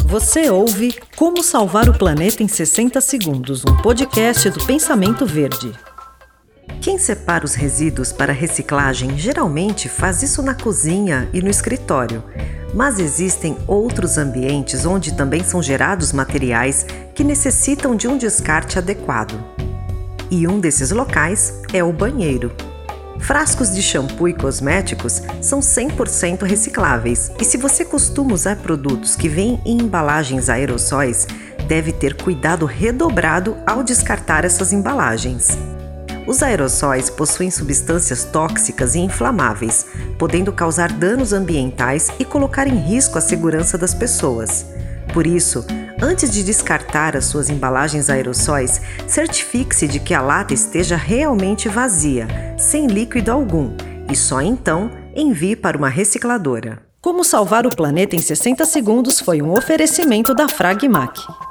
Você ouve Como Salvar o Planeta em 60 Segundos, um podcast do Pensamento Verde. Quem separa os resíduos para reciclagem geralmente faz isso na cozinha e no escritório, mas existem outros ambientes onde também são gerados materiais que necessitam de um descarte adequado. E um desses locais é o banheiro. Frascos de shampoo e cosméticos são 100% recicláveis e se você costuma usar produtos que vêm em embalagens aerossóis, deve ter cuidado redobrado ao descartar essas embalagens. Os aerossóis possuem substâncias tóxicas e inflamáveis, podendo causar danos ambientais e colocar em risco a segurança das pessoas. Por isso, antes de descartar as suas embalagens aerossóis, certifique-se de que a lata esteja realmente vazia, sem líquido algum, e só então envie para uma recicladora. Como Salvar o Planeta em 60 Segundos foi um oferecimento da Fragmac.